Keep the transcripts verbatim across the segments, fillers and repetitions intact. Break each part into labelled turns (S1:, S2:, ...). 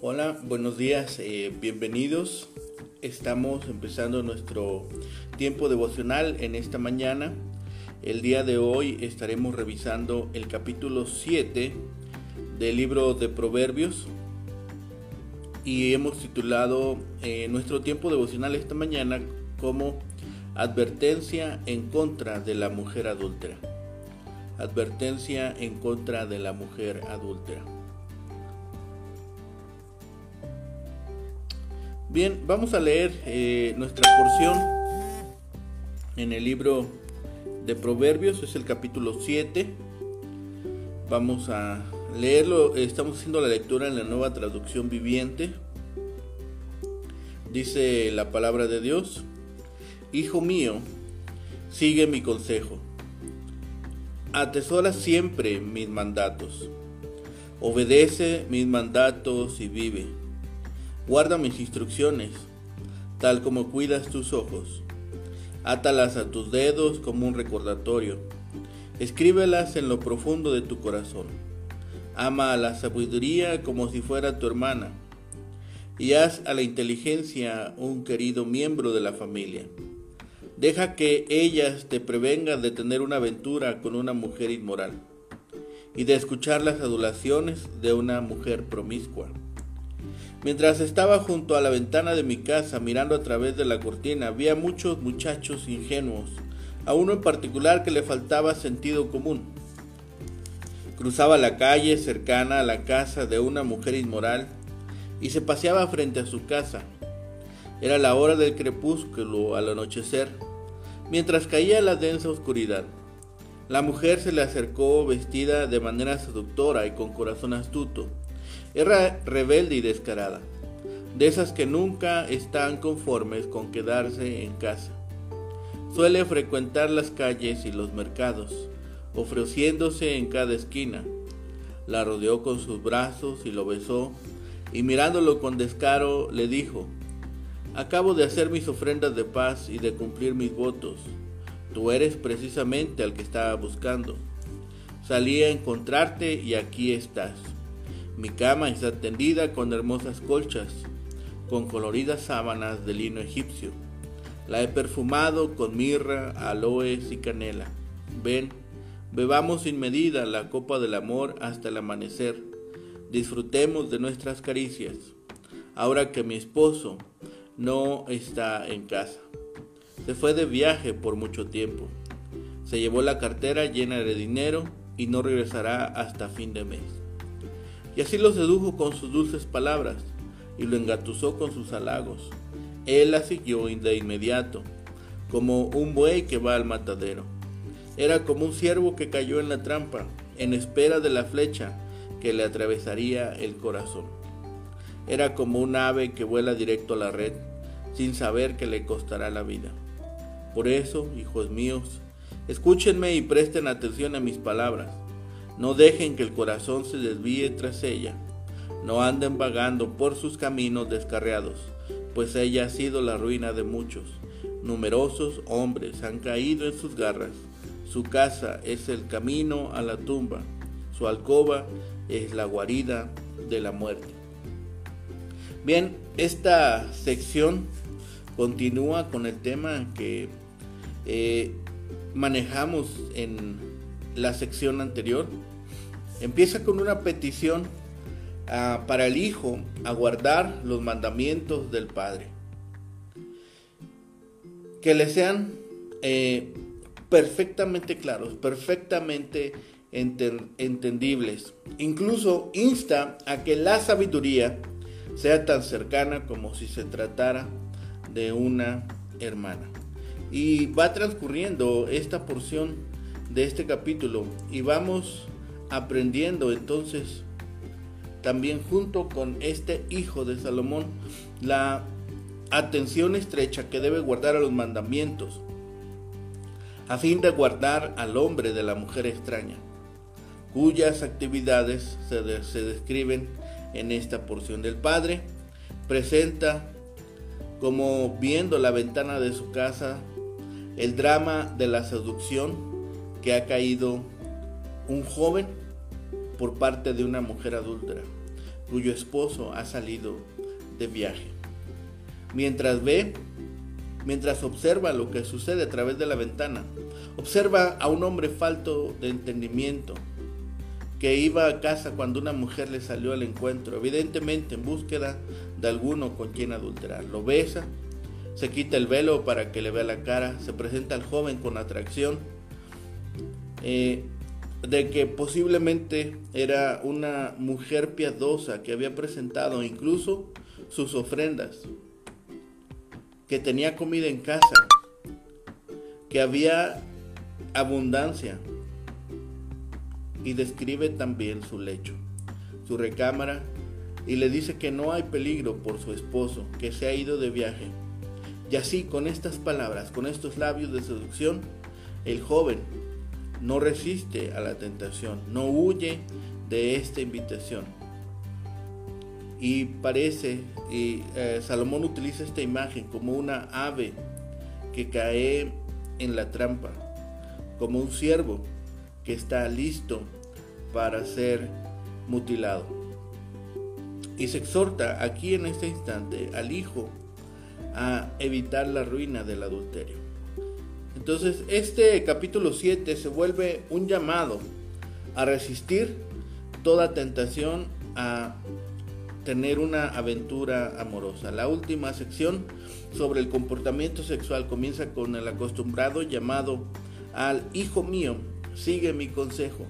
S1: Hola, buenos días, eh, bienvenidos. Estamos empezando nuestro tiempo devocional en esta mañana. El día de hoy estaremos revisando el capítulo siete del libro de Proverbios y hemos titulado eh, nuestro tiempo devocional esta mañana como Advertencia en contra de la mujer adúltera. Advertencia en contra de la mujer adúltera. Bien, vamos a leer eh, nuestra porción en el libro de Proverbios, es el capítulo siete. Vamos a leerlo, estamos haciendo la lectura en la Nueva Traducción Viviente. Dice la palabra de Dios: Hijo mío, sigue mi consejo. Atesora siempre mis mandatos. Obedece mis mandatos y vive. Guarda mis instrucciones, tal como cuidas tus ojos. Átalas a tus dedos como un recordatorio. Escríbelas en lo profundo de tu corazón. Ama a la sabiduría como si fuera tu hermana. Y haz a la inteligencia un querido miembro de la familia. Deja que ellas te prevengan de tener una aventura con una mujer inmoral y de escuchar las adulaciones de una mujer promiscua. Mientras estaba junto a la ventana de mi casa mirando a través de la cortina, vi a muchos muchachos ingenuos, a uno en particular que le faltaba sentido común. Cruzaba la calle cercana a la casa de una mujer inmoral y se paseaba frente a su casa. Era la hora del crepúsculo al anochecer, mientras caía la densa oscuridad. La mujer se le acercó vestida de manera seductora y con corazón astuto. Era rebelde y descarada, de esas que nunca están conformes con quedarse en casa. Suele frecuentar las calles y los mercados, ofreciéndose en cada esquina. La rodeó con sus brazos y lo besó, y mirándolo con descaro le dijo: Acabo de hacer mis ofrendas de paz y de cumplir mis votos. Tú eres precisamente al que estaba buscando. Salí a encontrarte y aquí estás. Mi cama está tendida con hermosas colchas, con coloridas sábanas de lino egipcio. La he perfumado con mirra, aloes y canela. Ven, bebamos sin medida la copa del amor hasta el amanecer. Disfrutemos de nuestras caricias, ahora que mi esposo no está en casa. Se fue de viaje por mucho tiempo. Se llevó la cartera llena de dinero y no regresará hasta fin de mes. Y así lo sedujo con sus dulces palabras y lo engatusó con sus halagos. Él la siguió de inmediato, como un buey que va al matadero. Era como un ciervo que cayó en la trampa, en espera de la flecha que le atravesaría el corazón. Era como un ave que vuela directo a la red, sin saber que le costará la vida. Por eso, hijos míos, escúchenme y presten atención a mis palabras. No dejen que el corazón se desvíe tras ella. No anden vagando por sus caminos descarriados, pues ella ha sido la ruina de muchos. Numerosos hombres han caído en sus garras. Su casa es el camino a la tumba. Su alcoba es la guarida de la muerte. Bien, esta sección continúa con el tema que eh, manejamos en la sección anterior. Empieza con una petición uh, para el hijo a guardar los mandamientos del padre, que le sean eh, perfectamente claros, perfectamente enten- entendibles. Incluso insta a que la sabiduría sea tan cercana como si se tratara de una hermana. Y va transcurriendo esta porción de este capítulo y vamos aprendiendo entonces también junto con este hijo de Salomón la atención estrecha que debe guardar a los mandamientos a fin de guardar al hombre de la mujer extraña, cuyas actividades se, de, se describen en esta porción. Del padre presenta como viendo la ventana de su casa el drama de la seducción que ha caído un joven por parte de una mujer adúltera. cuyo esposo ha salido de viaje. Mientras ve, mientras observa lo que sucede a través de la ventana, observa a un hombre falto de entendimiento que iba a casa cuando una mujer le salió al encuentro, evidentemente en búsqueda de alguno con quien adulterar. Lo besa, se quita el velo para que le vea la cara, se presenta al joven con atracción, eh, de que posiblemente era una mujer piadosa que había presentado incluso sus ofrendas, que tenía comida en casa, que había abundancia, y describe también su lecho, su recámara, y le dice que no hay peligro por su esposo, que se ha ido de viaje. Y así, con estas palabras, con estos labios de seducción, el joven no resiste a la tentación, no huye de esta invitación. Y parece, y eh, Salomón utiliza esta imagen como una ave que cae en la trampa, como un ciervo que está listo para ser mutilado. Y se exhorta aquí en este instante al hijo a evitar la ruina del adulterio. Entonces este capítulo siete se vuelve un llamado a resistir toda tentación a tener una aventura amorosa. La última sección sobre el comportamiento sexual comienza con el acostumbrado llamado al hijo mío, sigue mi consejo.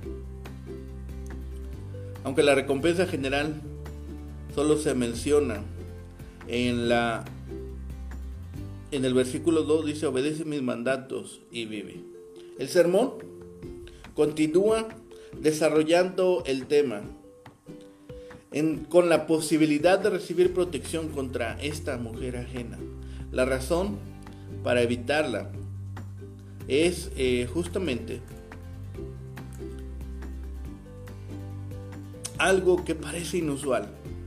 S1: Aunque la recompensa general solo se menciona en la en el versículo dos, dice: obedece mis mandatos y vive. El sermón continúa desarrollando el tema en, con la posibilidad de recibir protección contra esta mujer ajena. La razón para evitarla es eh, justamente algo que parece inusual,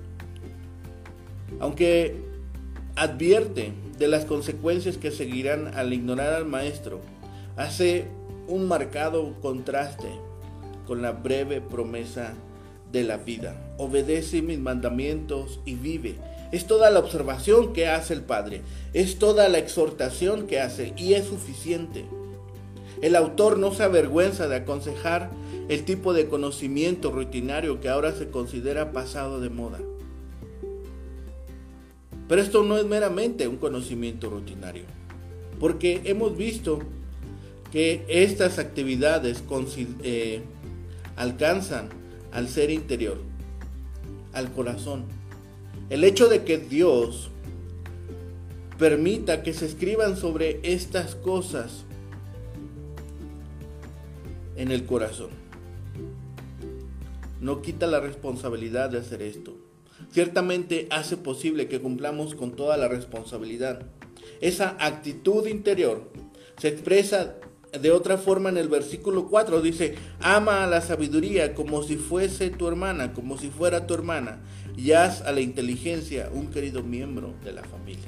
S1: aunque advierte de las consecuencias que seguirán al ignorar al maestro. Hace un marcado contraste con la breve promesa de la vida. Obedece mis mandamientos y vive. Es toda la observación que hace el Padre, es toda la exhortación que hace, y es suficiente. El autor no se avergüenza de aconsejar el tipo de conocimiento rutinario que ahora se considera pasado de moda. Pero esto no es meramente un conocimiento rutinario, porque hemos visto que estas actividades eh, alcanzan al ser interior, al corazón. El hecho de que Dios permita que se escriban sobre estas cosas en el corazón no quita la responsabilidad de hacer esto. Ciertamente hace posible que cumplamos con toda la responsabilidad. Esa actitud interior se expresa de otra forma en el versículo cuatro. Dice: ama a la sabiduría como si fuese tu hermana, como si fuera tu hermana, y haz a la inteligencia un querido miembro de la familia.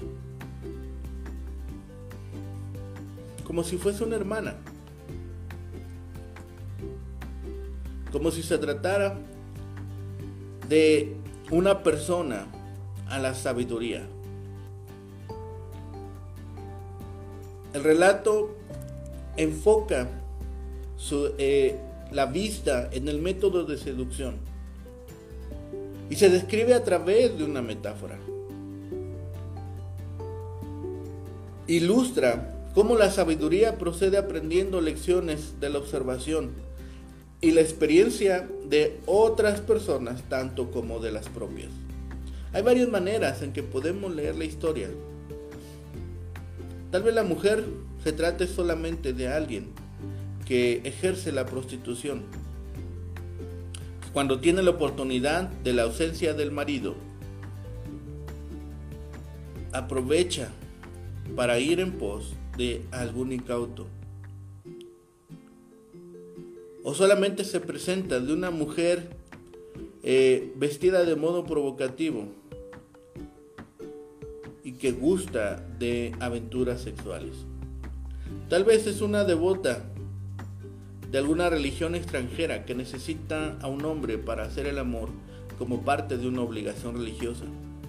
S1: Como si fuese una hermana. Como si se tratara de una persona a la sabiduría. El relato enfoca su, eh, la vista en el método de seducción y se describe a través de una metáfora. Ilustra cómo la sabiduría procede aprendiendo lecciones de la observación y la experiencia de otras personas, tanto como de las propias. Hay varias maneras en que podemos leer la historia. Tal vez la mujer se trate solamente de alguien que ejerce la prostitución. Cuando tiene la oportunidad de la ausencia del marido, aprovecha para ir en pos de algún incauto. O solamente se presenta de una mujer eh, vestida de modo provocativo y que gusta de aventuras sexuales. Tal vez es una devota de alguna religión extranjera que necesita a un hombre para hacer el amor como parte de una obligación religiosa.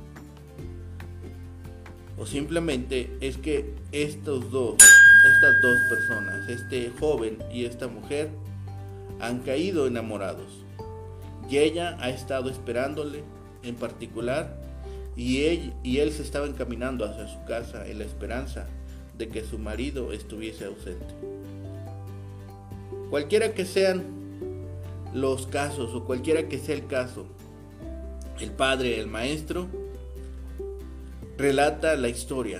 S1: O simplemente es que estos dos, estas dos personas, este joven y esta mujer, han caído enamorados. Y ella ha estado esperándole en particular, y él, y él se estaba encaminando hacia su casa en la esperanza de que su marido estuviese ausente. Cualquiera que sean los casos, o cualquiera que sea el caso, el padre, el maestro, relata la historia,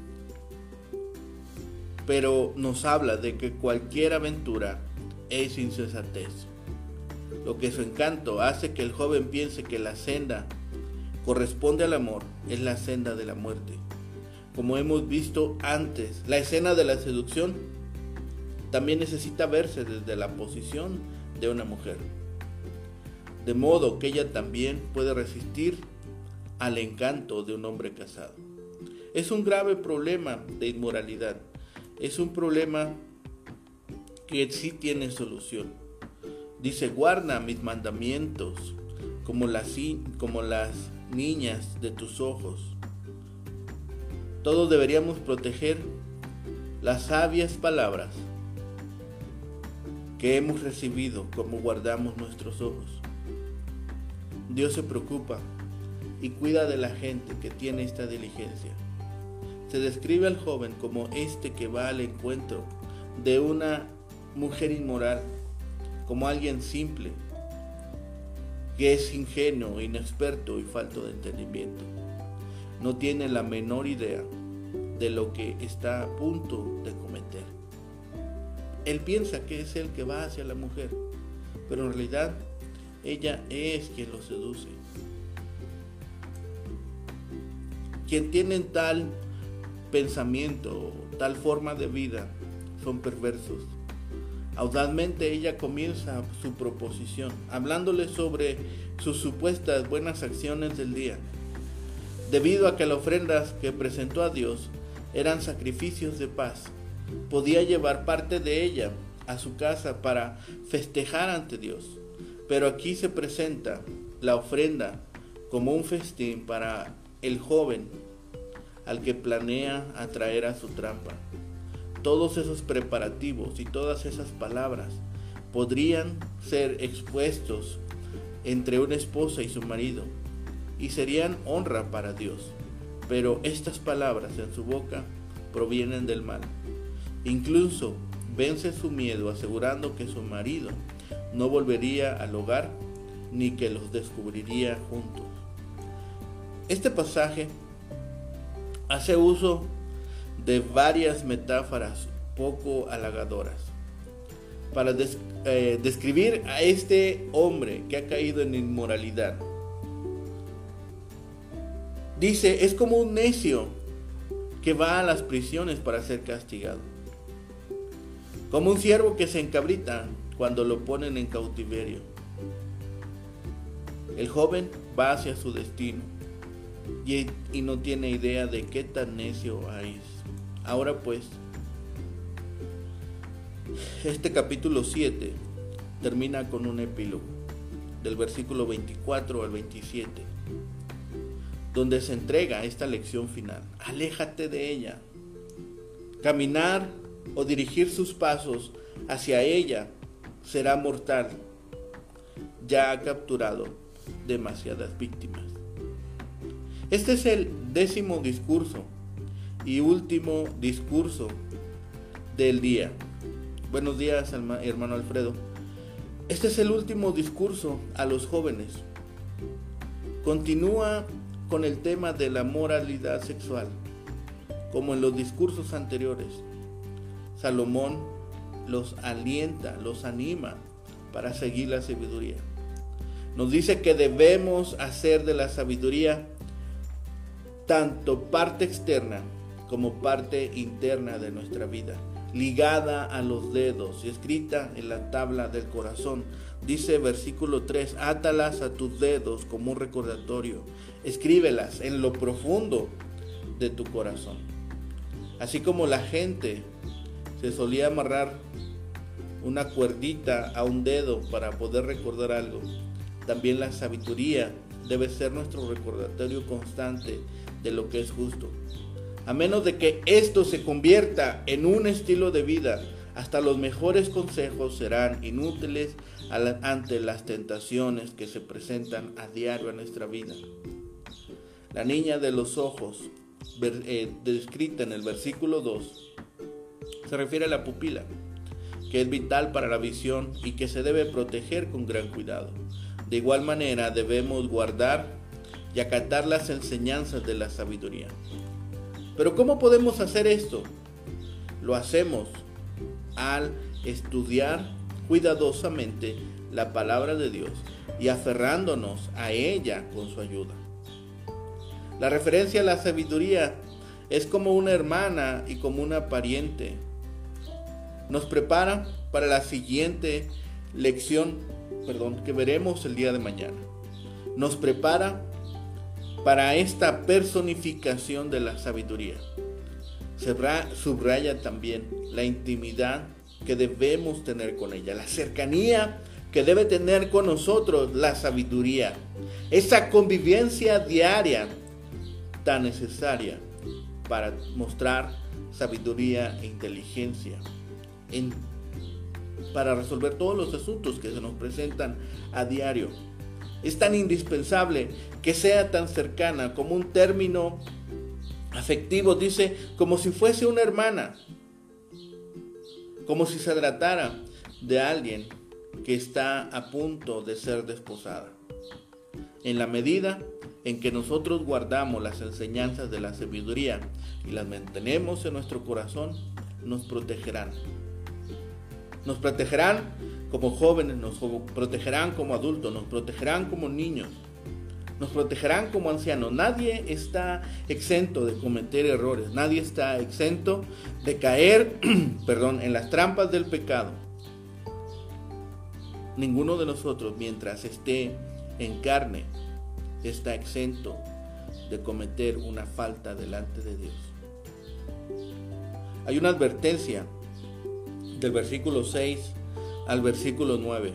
S1: pero nos habla de que cualquier aventura es insensatez. Lo que su encanto hace que el joven piense que la senda corresponde al amor es la senda de la muerte. Como hemos visto antes, la escena de la seducción también necesita verse desde la posición de una mujer, de modo que ella también puede resistir al encanto de un hombre casado. Es un grave problema de inmoralidad, es un problema que sí tiene solución. Dice: guarda mis mandamientos como las, como las niñas de tus ojos. Todos deberíamos proteger las sabias palabras que hemos recibido como guardamos nuestros ojos. Dios se preocupa y cuida de la gente que tiene esta diligencia. Se describe al joven como este que va al encuentro de una mujer inmoral, como alguien simple, que es ingenuo, inexperto y falto de entendimiento. No tiene la menor idea de lo que está a punto de cometer. Él piensa que es él que va hacia la mujer, pero en realidad ella es quien lo seduce. Quien tienen tal pensamiento, tal forma de vida, son perversos. Audazmente ella comienza su proposición, hablándole sobre sus supuestas buenas acciones del día. Debido a que las ofrendas que presentó a Dios eran sacrificios de paz, podía llevar parte de ella a su casa para festejar ante Dios. Pero aquí se presenta la ofrenda como un festín para el joven al que planea atraer a su trampa. Todos esos preparativos y todas esas palabras podrían ser expuestos entre una esposa y su marido y serían honra para Dios, pero estas palabras en su boca provienen del mal. Incluso vence su miedo asegurando que su marido no volvería al hogar ni que los descubriría juntos. Este pasaje hace uso de varias metáforas poco halagadoras para des- eh, describir a este hombre que ha caído en inmoralidad. Dice: es como un necio que va a las prisiones para ser castigado, como un ciervo que se encabrita cuando lo ponen en cautiverio. El joven va hacia su destino y, y no tiene idea de qué tan necio es. Ahora pues, este capítulo siete termina con un epílogo del versículo veinticuatro al veintisiete, donde se entrega esta lección final: aléjate de ella. Caminar o dirigir sus pasos hacia ella será mortal. Ya ha capturado demasiadas víctimas. Este es el décimo discurso y último discurso del día. Buenos días, hermano Alfredo. Este es el último discurso a los jóvenes. Continúa con el tema de la moralidad sexual, como en los discursos anteriores. Salomón los alienta, los anima para seguir la sabiduría. Nos dice que debemos hacer de la sabiduría tanto parte externa como parte interna de nuestra vida, ligada a los dedos y escrita en la tabla del corazón. Dice versículo tres: átalas a tus dedos como un recordatorio, escríbelas en lo profundo de tu corazón. Así como la gente se solía amarrar una cuerdita a un dedo para poder recordar algo, también la sabiduría debe ser nuestro recordatorio constante de lo que es justo. A menos de que esto se convierta en un estilo de vida, hasta los mejores consejos serán inútiles ante las tentaciones que se presentan a diario en nuestra vida. La niña de los ojos, eh, descrita en el versículo dos, se refiere a la pupila, que es vital para la visión y que se debe proteger con gran cuidado. De igual manera debemos guardar y acatar las enseñanzas de la sabiduría. Pero ¿cómo podemos hacer esto? Lo hacemos al estudiar cuidadosamente la palabra de Dios y aferrándonos a ella con su ayuda. La referencia a la sabiduría es como una hermana y como una pariente. Nos prepara para la siguiente lección, perdón, que veremos el día de mañana. Nos prepara para esta personificación de la sabiduría. Se subraya también la intimidad que debemos tener con ella, la cercanía que debe tener con nosotros la sabiduría, esa convivencia diaria tan necesaria para mostrar sabiduría e inteligencia en, para resolver todos los asuntos que se nos presentan a diario. Es tan indispensable que sea tan cercana, como un término afectivo dice, como si fuese una hermana, como si se tratara de alguien que está a punto de ser desposada. En la medida en que nosotros guardamos las enseñanzas de la sabiduría y las mantenemos en nuestro corazón, nos protegerán. Nos protegerán como jóvenes, nos protegerán como adultos, nos protegerán como niños, nos protegerán como ancianos. Nadie está exento de cometer errores, nadie está exento de caer perdón, en las trampas del pecado. Ninguno de nosotros, mientras esté en carne, está exento de cometer una falta delante de Dios. Hay una advertencia del versículo seis al versículo nueve.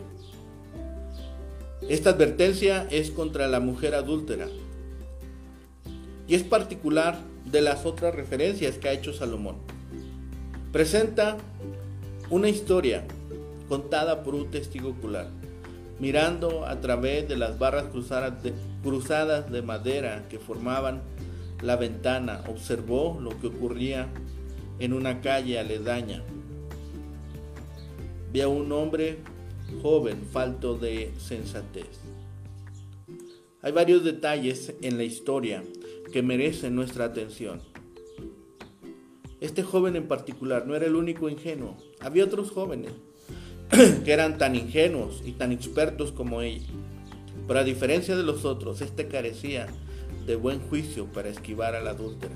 S1: Esta advertencia es contra la mujer adúltera y es particular de las otras referencias que ha hecho Salomón. Presenta una historia contada por un testigo ocular, mirando a través de las barras cruzadas de, cruzadas de madera que formaban la ventana, observó lo que ocurría en una calle aledaña. Vi a un hombre joven, falto de sensatez. Hay varios detalles en la historia que merecen nuestra atención. Este joven en particular no era el único ingenuo. Había otros jóvenes que eran tan ingenuos y tan expertos como él. Pero a diferencia de los otros, este carecía de buen juicio para esquivar a la adúltera.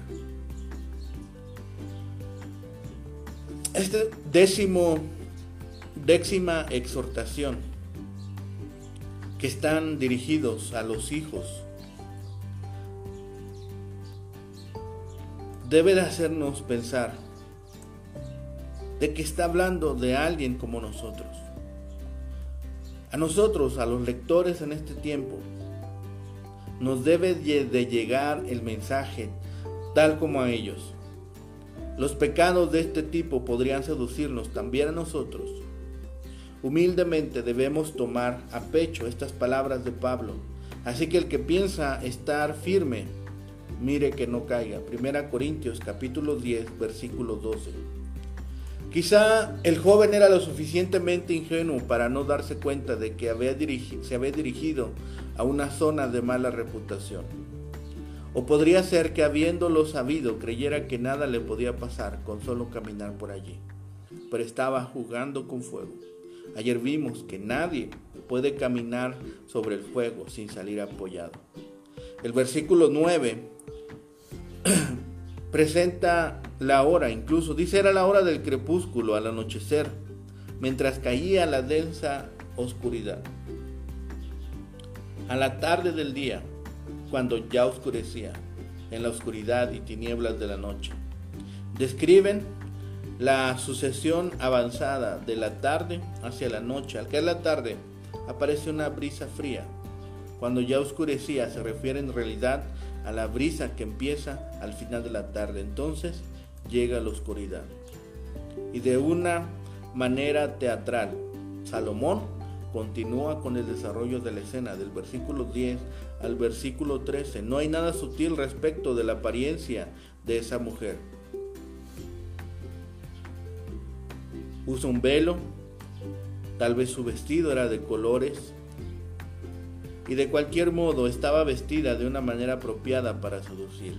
S1: Este décimo, décima exhortación que están dirigidos a los hijos debe de hacernos pensar de que está hablando de alguien como nosotros. A nosotros, a los lectores en este tiempo, nos debe de llegar el mensaje tal como a ellos. Los pecados de este tipo podrían seducirnos también a nosotros. Humildemente debemos tomar a pecho estas palabras de Pablo. Así que el que piensa estar firme, mire que no caiga. Primera Corintios capítulo diez, versículo doce. Quizá el joven era lo suficientemente ingenuo para no darse cuenta de que había dirigi- se había dirigido a una zona de mala reputación. O podría ser que habiéndolo sabido creyera que nada le podía pasar con solo caminar por allí. Pero estaba jugando con fuego. Ayer vimos que nadie puede caminar sobre el fuego sin salir apoyado. El versículo nueve presenta la hora, incluso dice era la hora del crepúsculo al anochecer, mientras caía la densa oscuridad. A la tarde del día, cuando ya oscurecía, en la oscuridad y tinieblas de la noche. Describen la sucesión avanzada de la tarde hacia la noche. Al caer la tarde, aparece una brisa fría Cuando ya oscurecía se refiere en realidad a la brisa que empieza al final de la tarde. Entonces llega la oscuridad. Y de una manera teatral, Salomón continúa con el desarrollo de la escena del versículo diez al versículo trece. No hay nada sutil respecto de la apariencia de esa mujer. Usa un velo, tal vez su vestido era de colores, y de cualquier modo estaba vestida de una manera apropiada para seducir.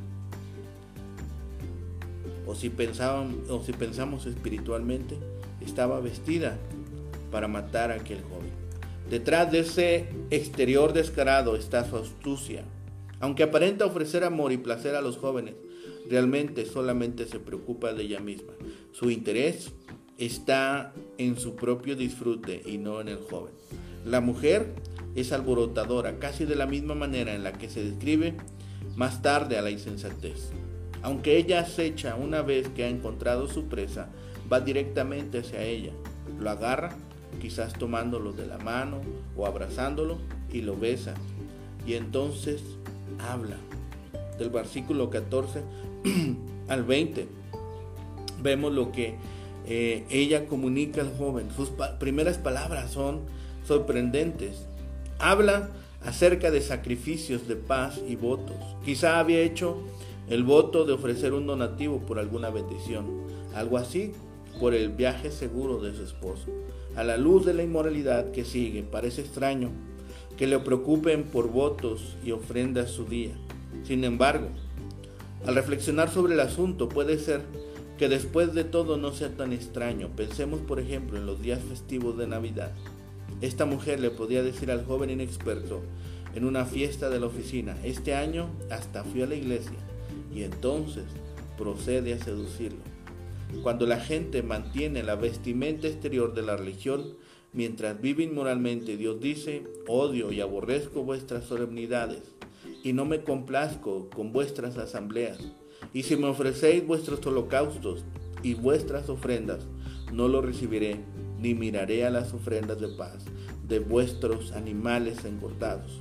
S1: O si pensaban, o si pensamos espiritualmente, estaba vestida para matar a aquel joven. Detrás de ese exterior descarado está su astucia. Aunque aparenta ofrecer amor y placer a los jóvenes, realmente solamente se preocupa de ella misma. Su interés está en su propio disfrute y no en el joven. La mujer es alborotadora, casi de la misma manera en la que se describe más tarde a la insensatez. Aunque ella acecha una vez que ha encontrado su presa, va directamente hacia ella, lo agarra, quizás tomándolo de la mano o abrazándolo, y lo besa, y entonces habla. Del versículo catorce al veinte vemos lo que eh, ella comunica al joven. Sus pa- primeras palabras son sorprendentes. Habla acerca de sacrificios de paz y votos. Quizá había hecho el voto de ofrecer un donativo por alguna bendición, algo así por el viaje seguro de su esposo. A la luz de la inmoralidad que sigue, parece extraño que le preocupen por votos y ofrendas su día. Sin embargo, al reflexionar sobre el asunto, puede ser que después de todo no sea tan extraño. Pensemos, por ejemplo, en los días festivos de Navidad. Esta mujer le podía decir al joven inexperto en una fiesta de la oficina: este año hasta fui a la iglesia, y entonces procede a seducirlo. Cuando la gente mantiene la vestimenta exterior de la religión mientras vive inmoralmente, Dios dice: odio y aborrezco vuestras solemnidades, y no me complazco con vuestras asambleas. Y si me ofrecéis vuestros holocaustos y vuestras ofrendas, no lo recibiré, ni miraré a las ofrendas de paz de vuestros animales engordados.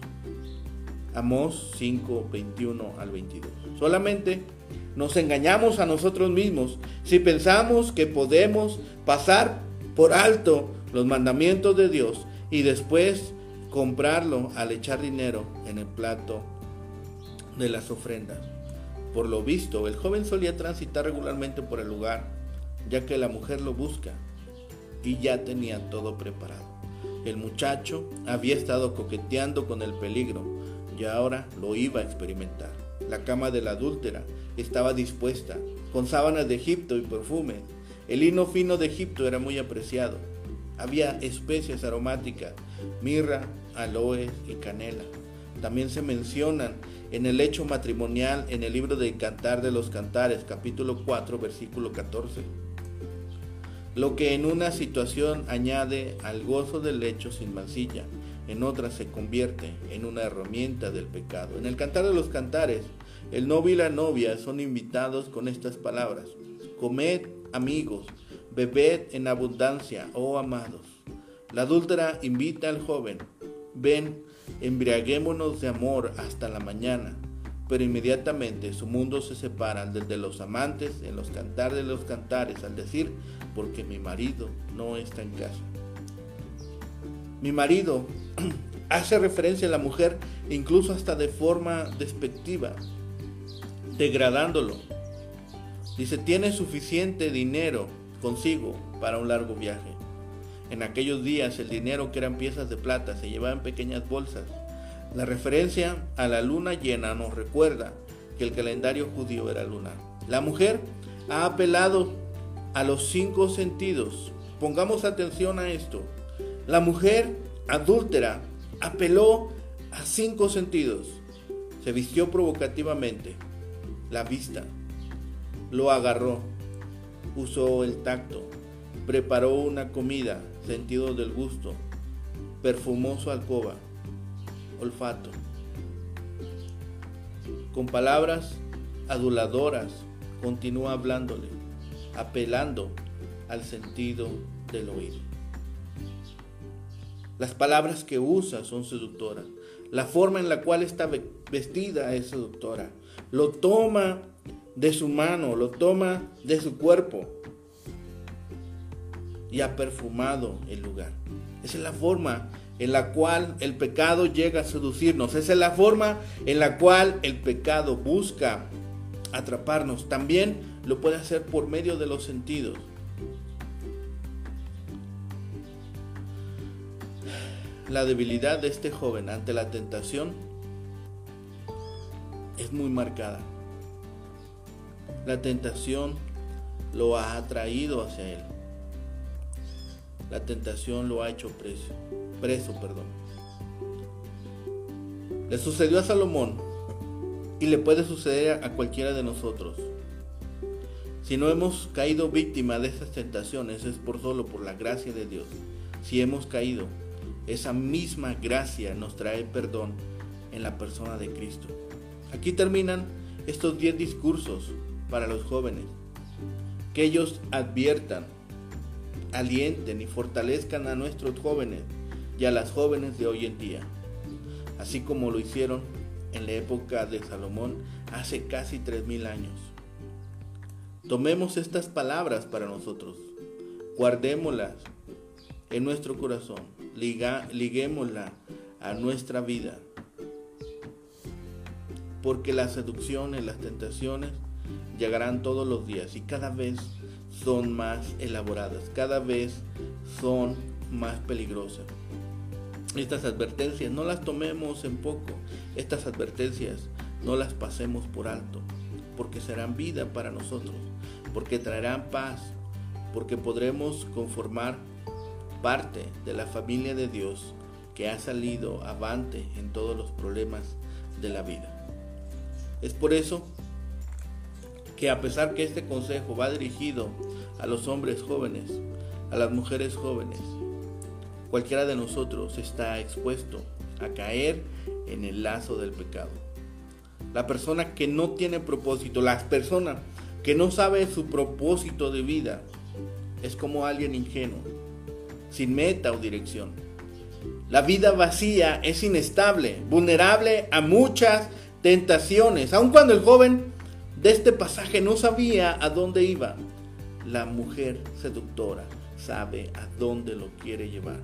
S1: Amós cinco, veintiuno al veintidós. Solamente nos engañamos a nosotros mismos si pensamos que podemos pasar por alto los mandamientos de Dios y después comprarlo al echar dinero en el plato de las ofrendas. Por lo visto, el joven solía transitar regularmente por el lugar, ya que la mujer lo busca y ya tenía todo preparado. El muchacho había estado coqueteando con el peligro y ahora lo iba a experimentar. La cama de la adúltera estaba dispuesta, con sábanas de Egipto y perfumes. El lino fino de Egipto era muy apreciado. Había especias aromáticas, mirra, aloes y canela. También se mencionan en el lecho matrimonial en el libro del Cantar de los Cantares, capítulo cuatro, versículo catorce. Lo que en una situación añade al gozo del lecho sin mancilla, en otra se convierte en una herramienta del pecado. En el Cantar de los Cantares, el novio y la novia son invitados con estas palabras: comed, amigos, bebed en abundancia, oh amados. La adúltera invita al joven: ven, embriaguémonos de amor hasta la mañana. Pero inmediatamente su mundo se separa del de los amantes en los Cantares de los Cantares al decir: porque mi marido no está en casa. Mi marido hace referencia a la mujer incluso hasta de forma despectiva, degradándolo. Dice: tiene suficiente dinero consigo para un largo viaje. En aquellos días el dinero, que eran piezas de plata, se llevaba en pequeñas bolsas. La referencia a la luna llena nos recuerda que el calendario judío era lunar. La mujer ha apelado a los cinco sentidos. Pongamos atención a esto. La mujer adúltera apeló a cinco sentidos. Se vistió provocativamente. La vista. Lo agarró. Usó el tacto. Preparó una comida. Sentido del gusto. Perfumó su alcoba. Olfato. Con palabras aduladoras continúa hablándole, apelando al sentido del oído. Las palabras que usa son seductoras. la forma en la cual está vestida es seductora. Lo toma de su mano, lo toma de su cuerpo y ha perfumado el lugar. Esa es la forma en la cual el pecado llega a seducirnos. Esa es la forma en la cual el pecado busca atraparnos. También lo puede hacer por medio de los sentidos. La debilidad de este joven ante la tentación es muy marcada. La tentación lo ha atraído hacia él. La tentación lo ha hecho preso, preso, perdón. Le sucedió a Salomón y le puede suceder a cualquiera de nosotros. Si no hemos caído víctima de estas tentaciones es por solo por la gracia de Dios. Si hemos caído, esa misma gracia nos trae perdón en la persona de Cristo. Aquí terminan estos diez discursos para los jóvenes. Que ellos adviertan, alienten y fortalezcan a nuestros jóvenes y a las jóvenes de hoy en día, así como lo hicieron en la época de Salomón hace casi tres mil años. Tomemos estas palabras para nosotros, guardémoslas en nuestro corazón, liga, liguémosla a nuestra vida, porque las seducciones, las tentaciones llegarán todos los días y cada vez son más elaboradas, cada vez son más peligrosas. Estas advertencias no las tomemos en poco, estas advertencias no las pasemos por alto, porque serán vida para nosotros, porque traerán paz, porque podremos conformar parte de la familia de Dios que ha salido avante en todos los problemas de la vida. Es por eso que a pesar que este consejo va dirigido a los hombres jóvenes, a las mujeres jóvenes, cualquiera de nosotros está expuesto a caer en el lazo del pecado. La persona que no tiene propósito, la persona que no sabe su propósito de vida, es como alguien ingenuo, sin meta o dirección. La vida vacía es inestable, vulnerable a muchas tentaciones. Aun cuando el joven de este pasaje no sabía a dónde iba, la mujer seductora sabe a dónde lo quiere llevar.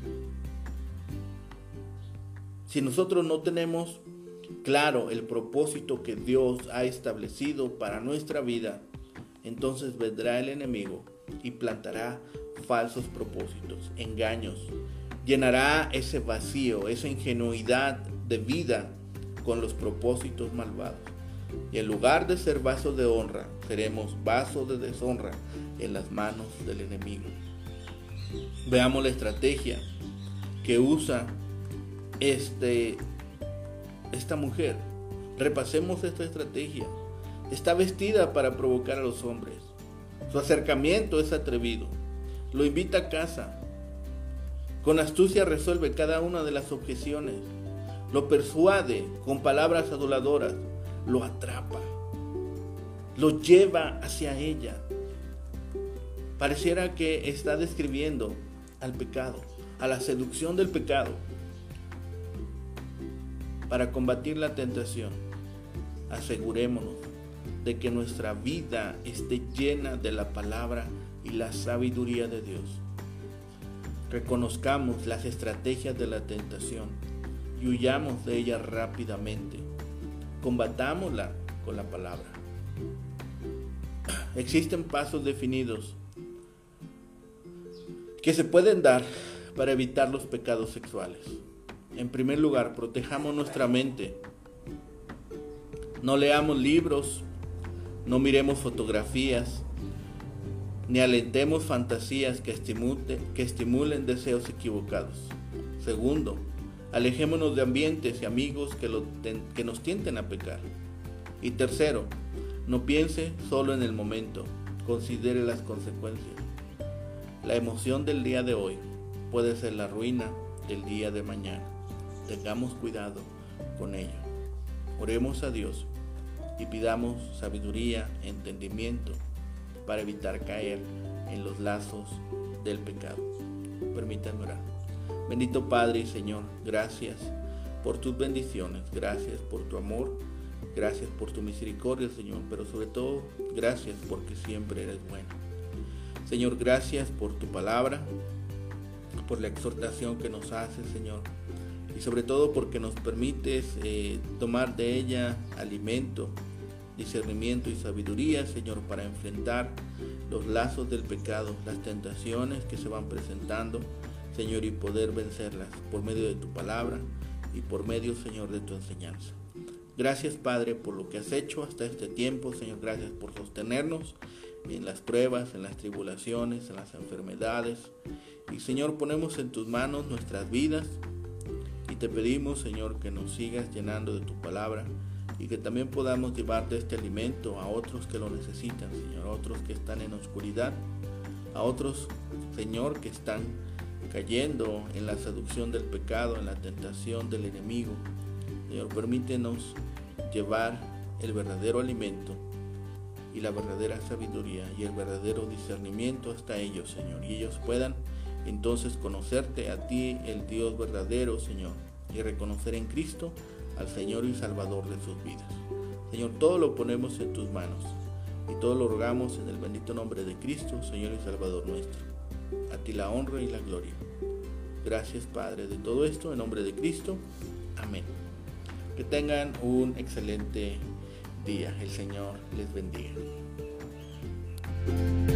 S1: Si nosotros no tenemos claro el propósito que Dios ha establecido para nuestra vida, entonces vendrá el enemigo y plantará falsos propósitos, engaños, llenará ese vacío, esa ingenuidad de vida con los propósitos malvados. Y en lugar de ser vasos de honra, seremos vasos de deshonra en las manos del enemigo. Veamos la estrategia que usa este, esta mujer. Repasemos esta estrategia. Está vestida para provocar a los hombres. Su acercamiento es atrevido. Lo invita a casa. Con astucia resuelve cada una de las objeciones. Lo persuade con palabras aduladoras. Lo atrapa. Lo lleva hacia ella. Pareciera que está describiendo al pecado, a la seducción del pecado. Para combatir la tentación, asegurémonos de que nuestra vida esté llena de la palabra y la sabiduría de Dios. Reconozcamos las estrategias de la tentación y huyamos de ella rápidamente. Combatámosla con la palabra. Existen pasos definidos que se pueden dar para evitar los pecados sexuales. En primer lugar, protejamos nuestra mente. No leamos libros, no miremos fotografías, ni alentemos fantasías que estimulen, que estimulen deseos equivocados. Segundo, alejémonos de ambientes y amigos que, lo ten, que nos tienten a pecar. Y tercero, no piense solo en el momento, considere las consecuencias. La emoción del día de hoy puede ser la ruina del día de mañana. Tengamos cuidado con ello. Oremos a Dios y pidamos sabiduría, entendimiento para evitar caer en los lazos del pecado. Permítanme orar. Bendito Padre y Señor, gracias por tus bendiciones, gracias por tu amor, gracias por tu misericordia, Señor, pero sobre todo, gracias porque siempre eres bueno. Señor, gracias por tu palabra, por la exhortación que nos haces, Señor, y sobre todo porque nos permites eh, tomar de ella alimento, discernimiento y sabiduría, Señor, para enfrentar los lazos del pecado, las tentaciones que se van presentando, Señor, y poder vencerlas por medio de tu palabra y por medio, Señor, de tu enseñanza. Gracias, Padre, por lo que has hecho hasta este tiempo, Señor. Gracias por sostenernos en las pruebas, en las tribulaciones, en las enfermedades. Y, Señor, ponemos en tus manos nuestras vidas y te pedimos, Señor, que nos sigas llenando de tu palabra y que también podamos llevar de este alimento a otros que lo necesitan, Señor, a otros que están en oscuridad, a otros, Señor, que están cayendo en la seducción del pecado, en la tentación del enemigo. Señor, permítenos llevar el verdadero alimento y la verdadera sabiduría y el verdadero discernimiento hasta ellos, Señor, y ellos puedan entonces conocerte a ti, el Dios verdadero, Señor, y reconocer en Cristo al Señor y Salvador de sus vidas. Señor, todo lo ponemos en tus manos y todo lo rogamos en el bendito nombre de Cristo, Señor y Salvador nuestro. A ti la honra y la gloria. Gracias, Padre, de todo esto, en nombre de Cristo. Amén. Que tengan un excelente día. El Señor les bendiga.